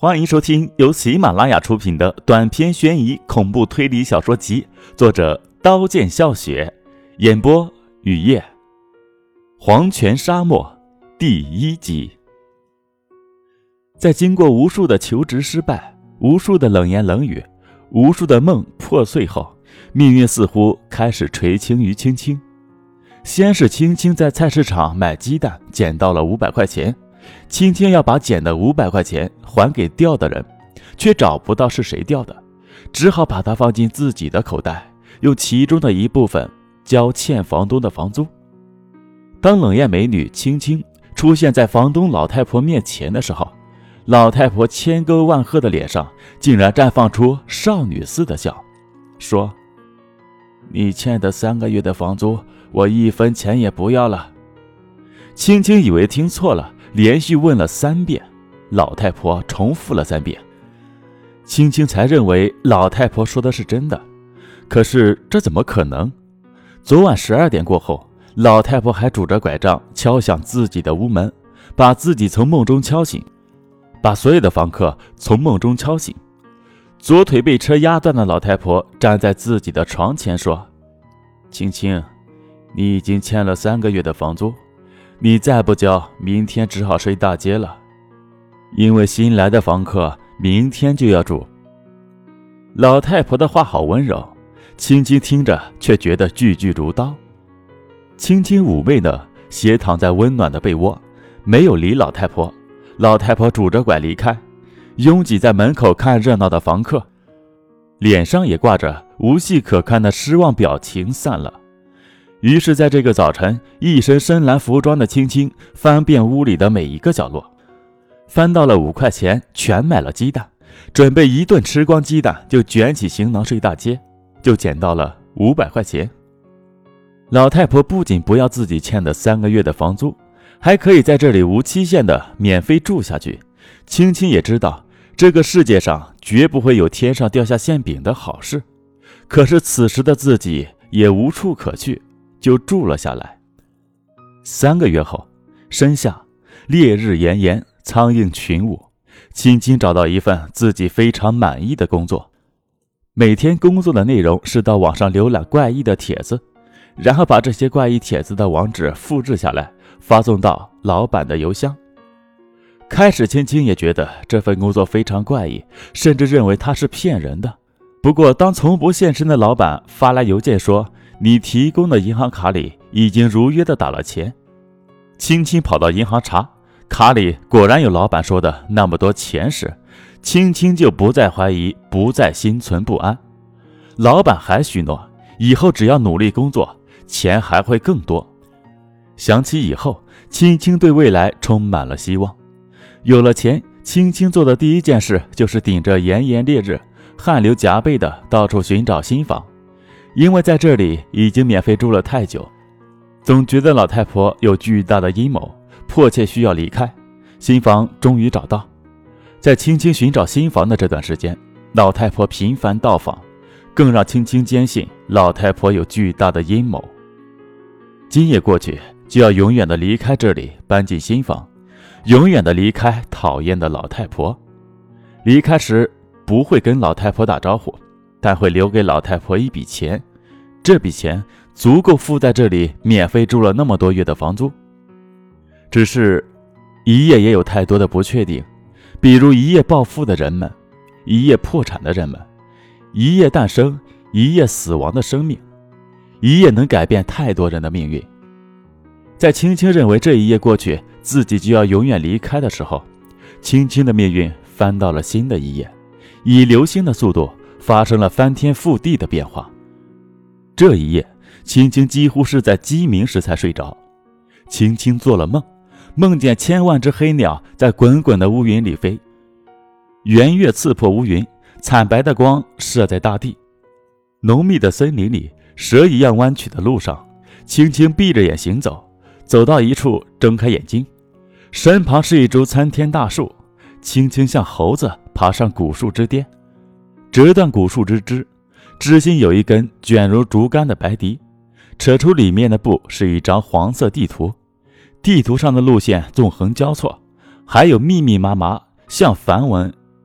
欢迎收听由喜马拉雅出品的短篇悬疑恐怖推理小说集，作者刀剑笑雪，演播雨夜。黄泉沙漠第1集。在经过无数的求职失败，无数的冷言冷语，无数的梦破碎后，命运似乎开始垂青于青青。先是青青在菜市场买鸡蛋捡到了500块钱，青青要把捡的500块钱还给掉的人，却找不到是谁掉的，只好把它放进自己的口袋，用其中的一部分交欠房东的房租。当冷艳美女青青出现在房东老太婆面前的时候，老太婆千沟万壑的脸上竟然绽放出少女似的笑，说：你欠的3个月的房租，我1分钱也不要了。青青以为听错了，连续问了3遍，老太婆重复了3遍。青青才认为老太婆说的是真的，可是这怎么可能？昨晚12点过后，老太婆还拄着拐杖敲响自己的屋门，把自己从梦中敲醒，把所有的房客从梦中敲醒。左腿被车压断的老太婆站在自己的床前说：青青，你已经欠了3个月的房租，你再不交，明天只好睡大街了，因为新来的房客明天就要住。老太婆的话好温柔，青青听着却觉得句句如刀。青青妩媚地斜躺在温暖的被窝，没有理老太婆。老太婆拄着拐离开，拥挤在门口看热闹的房客脸上也挂着无戏可看的失望表情散了。于是在这个早晨，一身深蓝服装的青青翻遍屋里的每一个角落，翻到了5块钱，全买了鸡蛋，准备一顿吃光鸡蛋就卷起行囊睡大街，就捡到了500块钱。老太婆不仅不要自己欠的3个月的房租，还可以在这里无期限的免费住下去。青青也知道这个世界上绝不会有天上掉下馅饼的好事，可是此时的自己也无处可去，就住了下来。3个月后，深夏，烈日炎炎，苍蝇群舞，青青找到一份自己非常满意的工作。每天工作的内容是到网上浏览怪异的帖子，然后把这些怪异帖子的网址复制下来，发送到老板的邮箱。开始青青也觉得这份工作非常怪异，甚至认为他是骗人的。不过当从不现身的老板发来邮件说你提供的银行卡里已经如约的打了钱，青青跑到银行查，卡里果然有老板说的那么多钱时，青青就不再怀疑，不再心存不安。老板还许诺以后只要努力工作，钱还会更多。想起以后，青青对未来充满了希望。有了钱，青青做的第一件事就是顶着炎炎烈日，汗流浃背的到处寻找新房。因为在这里已经免费住了太久，总觉得老太婆有巨大的阴谋，迫切需要离开。新房终于找到。在青青寻找新房的这段时间，老太婆频繁到访，更让青青坚信老太婆有巨大的阴谋。今夜过去，就要永远的离开这里，搬进新房，永远的离开讨厌的老太婆。离开时不会跟老太婆打招呼，但会留给老太婆一笔钱，这笔钱足够付在这里免费住了那么多月的房租。只是一夜也有太多的不确定，比如一夜暴富的人们，一夜破产的人们，一夜诞生，一夜死亡的生命，一夜能改变太多人的命运。在青青认为这一夜过去，自己就要永远离开的时候，青青的命运翻到了新的一页，以流星的速度发生了翻天覆地的变化。这一夜，青青几乎是在鸡鸣时才睡着。青青做了梦，梦见千万只黑鸟在滚滚的乌云里飞，圆月刺破乌云，惨白的光射在大地。浓密的森林里，蛇一样弯曲的路上，青青闭着眼行走，走到一处，睁开眼睛，身旁是一株参天大树。青青像猴子爬上古树之巅，折断古树之枝，枝心有一根卷如竹竿的白笛，扯出里面的布是一张黄色地图，地图上的路线纵横交错，还有密密麻麻像梵文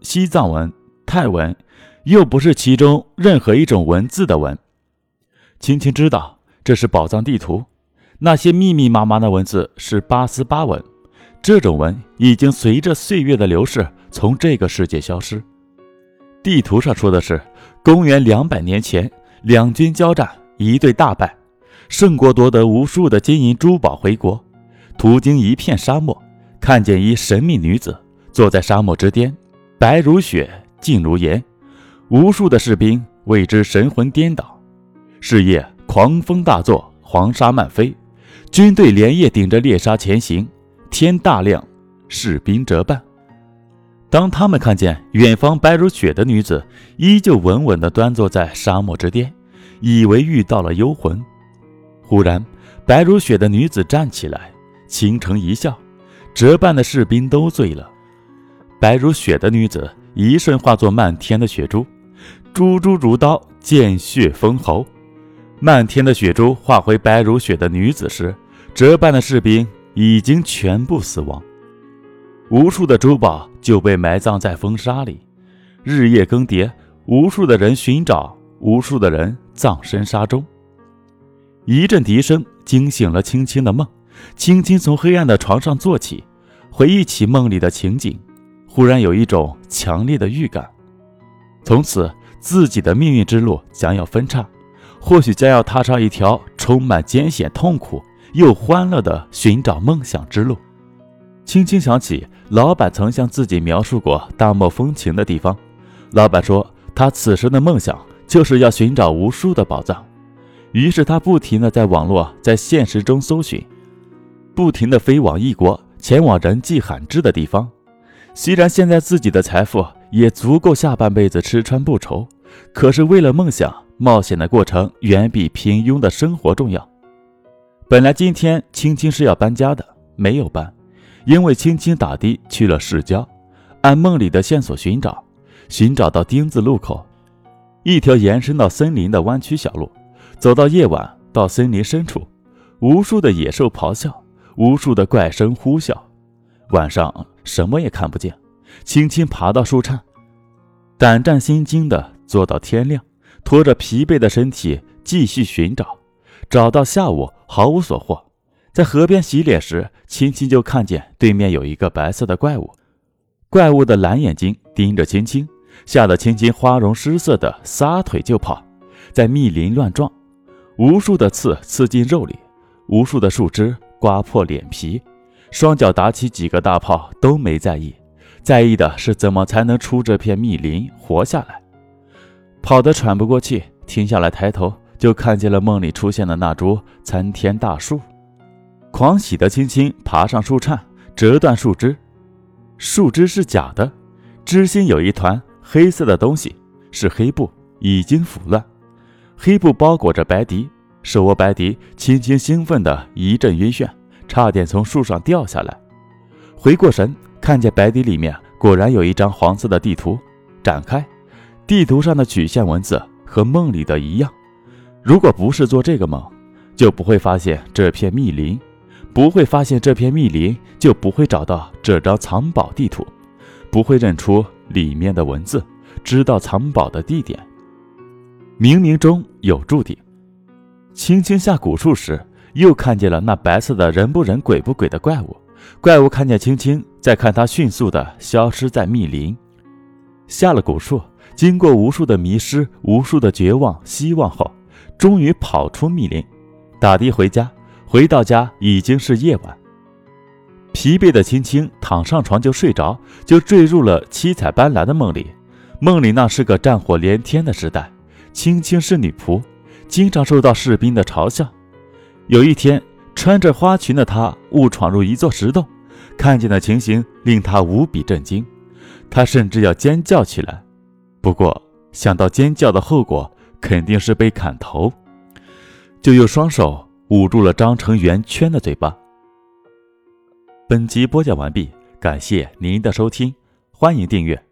西藏文、泰文，又不是其中任何一种文字的文。青青知道这是宝藏地图，那些密密麻麻的文字是巴斯巴文，这种文已经随着岁月的流逝从这个世界消失。地图上说的是公元200年前，两军交战，一队大败，胜国夺得无数的金银珠宝回国，途经一片沙漠，看见一神秘女子坐在沙漠之巅，白如雪，净如盐，无数的士兵为之神魂颠倒。是夜狂风大作，黄沙漫飞，军队连夜顶着猎沙前行，天大亮，士兵折半。当他们看见远方白如雪的女子依旧稳稳地端坐在沙漠之巅，以为遇到了幽魂。忽然白如雪的女子站起来，倾城一笑，折半的士兵都醉了。白如雪的女子一瞬化作漫天的血珠，珠珠如刀，见血封喉。漫天的血珠化回白如雪的女子时，折半的士兵已经全部死亡，无数的珠宝就被埋葬在风沙里。日夜更迭，无数的人寻找，无数的人葬身沙中。一阵笛声惊醒了青青的梦，青青从黑暗的床上坐起，回忆起梦里的情景，忽然有一种强烈的预感，从此自己的命运之路将要分叉，或许将要踏上一条充满艰险痛苦又欢乐的寻找梦想之路。青青想起老板曾向自己描述过大漠风情的地方，老板说他此时的梦想就是要寻找无数的宝藏。于是他不停地在网络在现实中搜寻，不停地飞往异国，前往人迹罕至的地方。虽然现在自己的财富也足够下半辈子吃穿不愁，可是为了梦想，冒险的过程远比平庸的生活重要。本来今天青青是要搬家的，没有搬，因为青青打的去了市郊，按梦里的线索寻找到丁字路口，一条延伸到森林的弯曲小路。走到夜晚，到森林深处，无数的野兽咆哮，无数的怪声呼啸。晚上什么也看不见，青青爬到树杈，胆战心惊地坐到天亮，拖着疲惫的身体继续寻找。找到下午毫无所获，在河边洗脸时，青青就看见对面有一个白色的怪物，怪物的蓝眼睛盯着青青，吓得青青花容失色地撒腿就跑，在密林乱撞，无数的刺刺进肉里，无数的树枝刮破脸皮，双脚打起几个大炮都没在意，在意的是怎么才能出这片密林活下来。跑得喘不过气，停下来抬头，就看见了梦里出现的那株参天大树。狂喜的青青爬上树杈，折断树枝，树枝是假的，枝心有一团黑色的东西，是黑布，已经腐烂。黑布包裹着白笛，手握白笛，青青兴奋的一阵晕眩，差点从树上掉下来。回过神，看见白笛里面果然有一张黄色的地图，展开，地图上的曲线文字和梦里的一样。如果不是做这个梦，就不会发现这片密林，不会发现这片密林，就不会找到这张藏宝地图，不会认出里面的文字，知道藏宝的地点。冥冥中有注定。青青下古树时，又看见了那白色的人不人鬼不鬼的怪物。怪物看见青青，再看他迅速地消失在密林。下了古树，经过无数的迷失，无数的绝望希望后，终于跑出密林，打的回家。回到家已经是夜晚，疲惫的青青躺上床就睡着，就坠入了七彩斑斓的梦里。梦里那是个战火连天的时代，青青是女仆，经常受到士兵的嘲笑。有一天，穿着花裙的她误闯入一座石洞，看见的情形令她无比震惊，她甚至要尖叫起来。不过想到尖叫的后果肯定是被砍头，就用双手捂住了张成圆圈的嘴巴。本集播讲完毕，感谢您的收听，欢迎订阅。